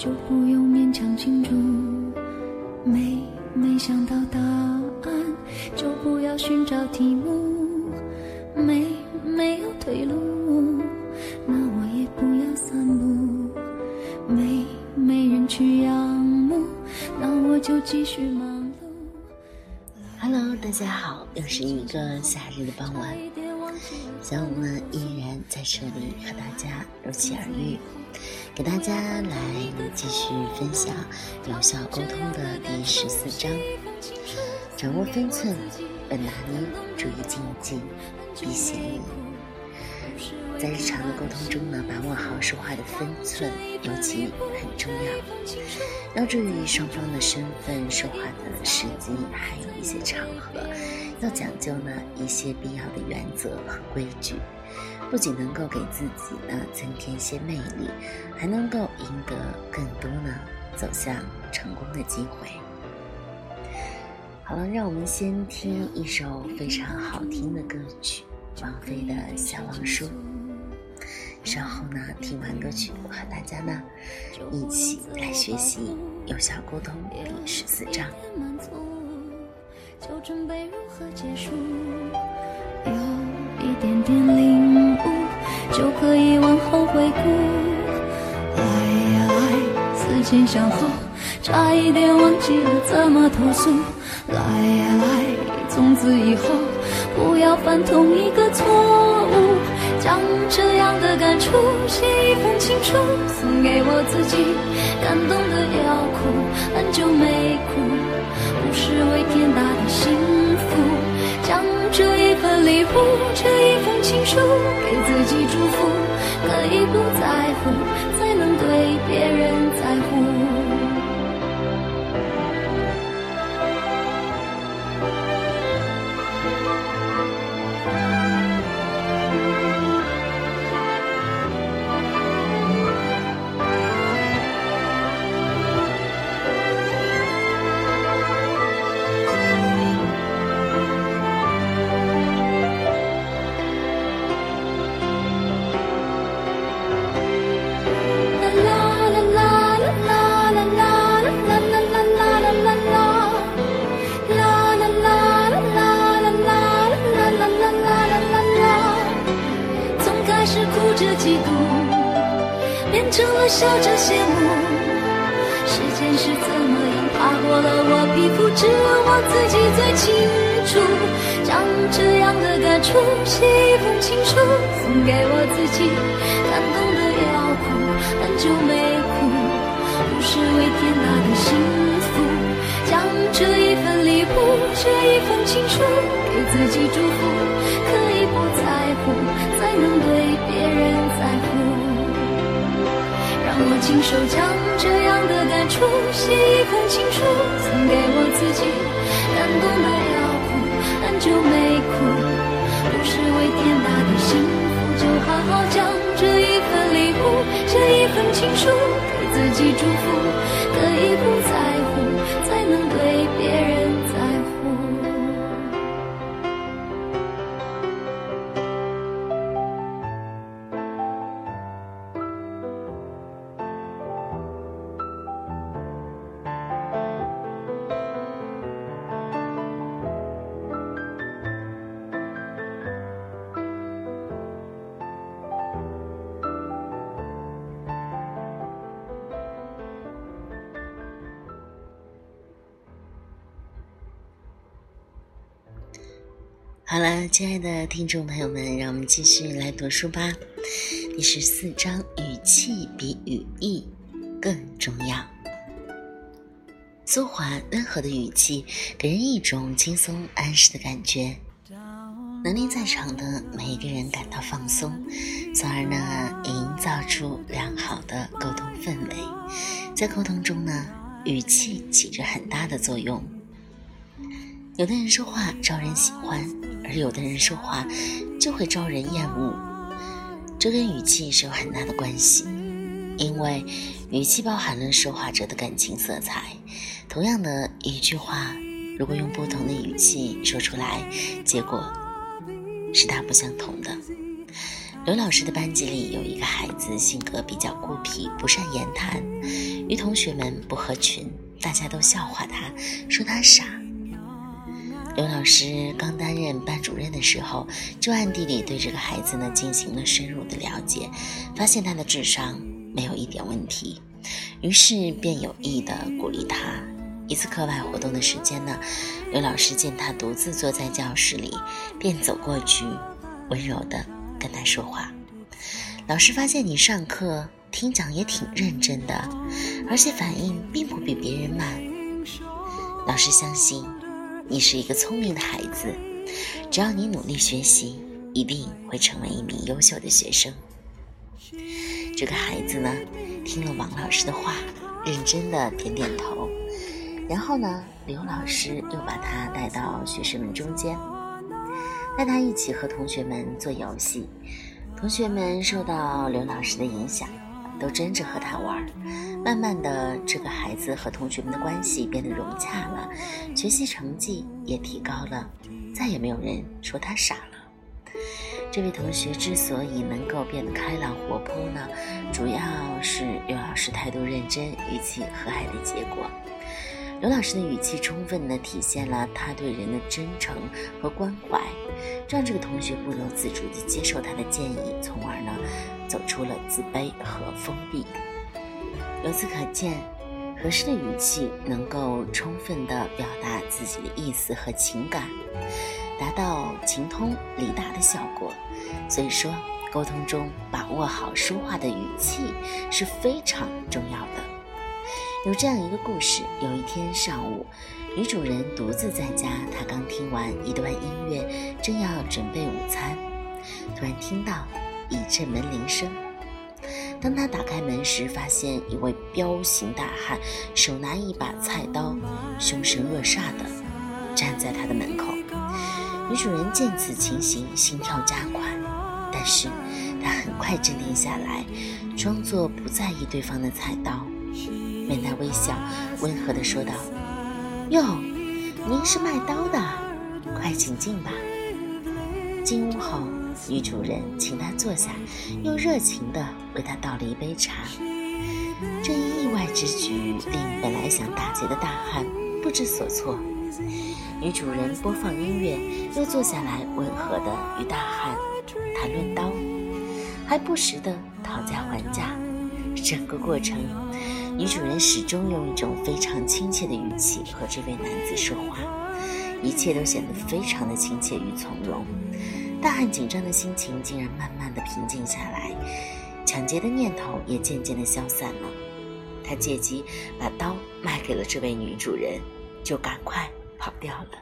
就不用勉强庆祝，没想到答案，就不要寻找题目，没有退路，那我也不要散步，没人去仰慕，那我就继续忙碌。 Hello， 大家好，又是一个夏日的傍晚，小五们依然在这里和大家如期而遇，给大家来继续分享有效沟通的第14章，掌握分寸，稳拿捏，注意禁忌，避嫌疑。在日常的沟通中呢，把握好说话的分寸尤其很重要，要注意双方的身份、说话的时机，还有一些场合，要讲究呢一些必要的原则和规矩，不仅能够给自己呢增添一些魅力，还能够赢得更多呢走向成功的机会。好了，让我们先听一首非常好听的歌曲，王菲的《小王书》。稍后呢，听完歌曲，我和大家呢一起来学习有效沟通第14章。 就准备如何结束，有一点点领悟，就可以往后回顾。来呀来，思前想后，差一点忘记了怎么投诉。来呀来，从此以后不要犯同一个错误，将这样的感触写一封情书，送给我自己，感动的要哭，很久没哭，不失为天大的幸福，将这一份礼物，这一封情书给自己祝福，可以不在乎，才能对别人在乎。嫉妒变成了笑着羡慕，时间是怎么样爬过了我皮肤，只有我自己最清楚，将这样的感触写一封情书，送给我自己，感动的要哭，很久没哭，不失为天大的幸福，将这一份礼物，这一封情书给自己祝福，可以不在乎，才能对别人在乎，让我亲手将这样的感触写一封情书，送给我自己，感动的要哭，很久没哭，不失为天大的幸福，就好好将这一份礼物，这一份情书给自己祝福，可以不在乎，才能对别人在乎。 好了，亲爱的听众朋友们，让我们继续来读书吧。第14章，语气比语义更重要。舒缓温和的语气给人一种轻松安适的感觉，能令在场的每一个人感到放松，从而呢营造出良好的沟通氛围。在沟通中呢，语气起着很大的作用。有的人说话招人喜欢，而有的人说话就会招人厌恶，这跟语气是有很大的关系。因为语气包含了说话者的感情色彩，同样的一句话，如果用不同的语气说出来，结果是大不相同的。刘老师的班级里有一个孩子性格比较孤僻，不善言谈， 与同学们不合群，大家都笑话他，说他傻。刘老师刚担任班主任的时候，就暗地里对这个孩子呢进行了深入的了解，发现他的智商没有一点问题，于是便有意的鼓励他。一次课外活动的时间呢，刘老师见他独自坐在教室里，便走过去，温柔地跟他说话。老师发现你上课听讲也挺认真的，而且反应并不比别人慢。老师相信你是一个聪明的孩子，只要你努力学习，一定会成为一名优秀的学生。这个孩子呢，听了王老师的话，认真的点点头。然后呢，刘老师又把他带到学生们中间，带他一起和同学们做游戏。同学们受到刘老师的影响，都争着和他玩。慢慢的，这个孩子和同学们的关系变得融洽了，学习成绩也提高了，再也没有人说他傻了。这位同学之所以能够变得开朗活泼呢，主要是刘老师态度认真、语气和蔼的结果。刘老师的语气充分地体现了他对人的真诚和关怀，让这个同学不由自主地接受他的建议，从而呢走出了自卑和封闭。由此可见，合适的语气能够充分地表达自己的意思和情感，达到情通理达的效果。所以说，沟通中把握好说话的语气是非常重要的。有这样一个故事，有一天上午，女主人独自在家，她刚听完一段音乐，正要准备午餐，突然听到一阵门铃声。当她打开门时，发现一位彪形大汉手拿一把菜刀，凶神恶煞地站在她的门口。女主人见此情形，心跳加快，但是她很快镇定下来，装作不在意对方的菜刀，面带微笑，温和地说道：“哟，您是卖刀的，快请进吧。”进屋后，女主人请他坐下，又热情地为他倒了一杯茶。这一意外之举令本来想打劫的大汉不知所措。女主人播放音乐，又坐下来温和地与大汉谈论刀，还不时地讨价还价。整个过程，女主人始终用一种非常亲切的语气和这位男子说话，一切都显得非常的亲切与从容。大汉紧张的心情竟然慢慢的平静下来，抢劫的念头也渐渐的消散了。他借机把刀卖给了这位女主人，就赶快跑掉了。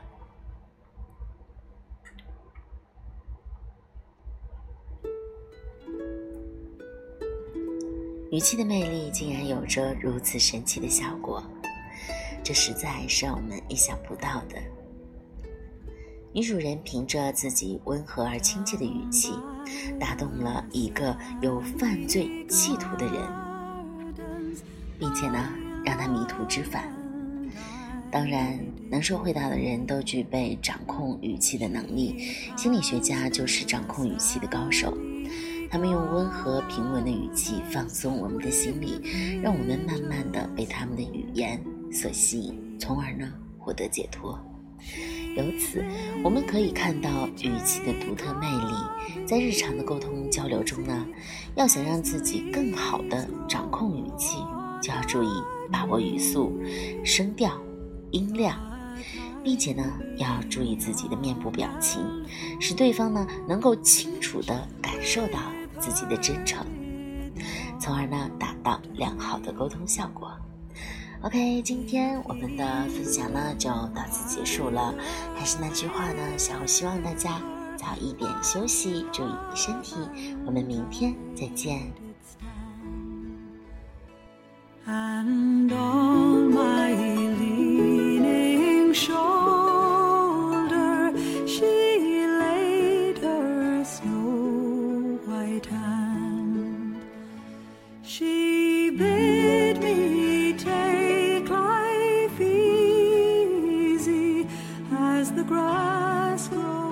语气的魅力竟然有着如此神奇的效果，这实在是让我们意想不到的。女主人凭着自己温和而亲切的语气，打动了一个有犯罪企图的人，并且呢，让他迷途知返。当然，能说会道的人都具备掌控语气的能力，心理学家就是掌控语气的高手。他们用温和平稳的语气放松我们的心理，让我们慢慢地被他们的语言所吸引，从而呢获得解脱。由此，我们可以看到语气的独特魅力。在日常的沟通交流中呢，要想让自己更好地掌控语气，就要注意把握语速、声调、音量，并且呢，要注意自己的面部表情，使对方呢能够清楚地感受到自己的真诚，从而呢达到良好的沟通效果。OK， 今天我们的分享呢就到此结束了。还是那句话呢，小虎希望大家早一点休息，注意身体。我们明天再见。And on my leaning shoulder, she laid her snow white hand. She bid me take life easy as the grass grows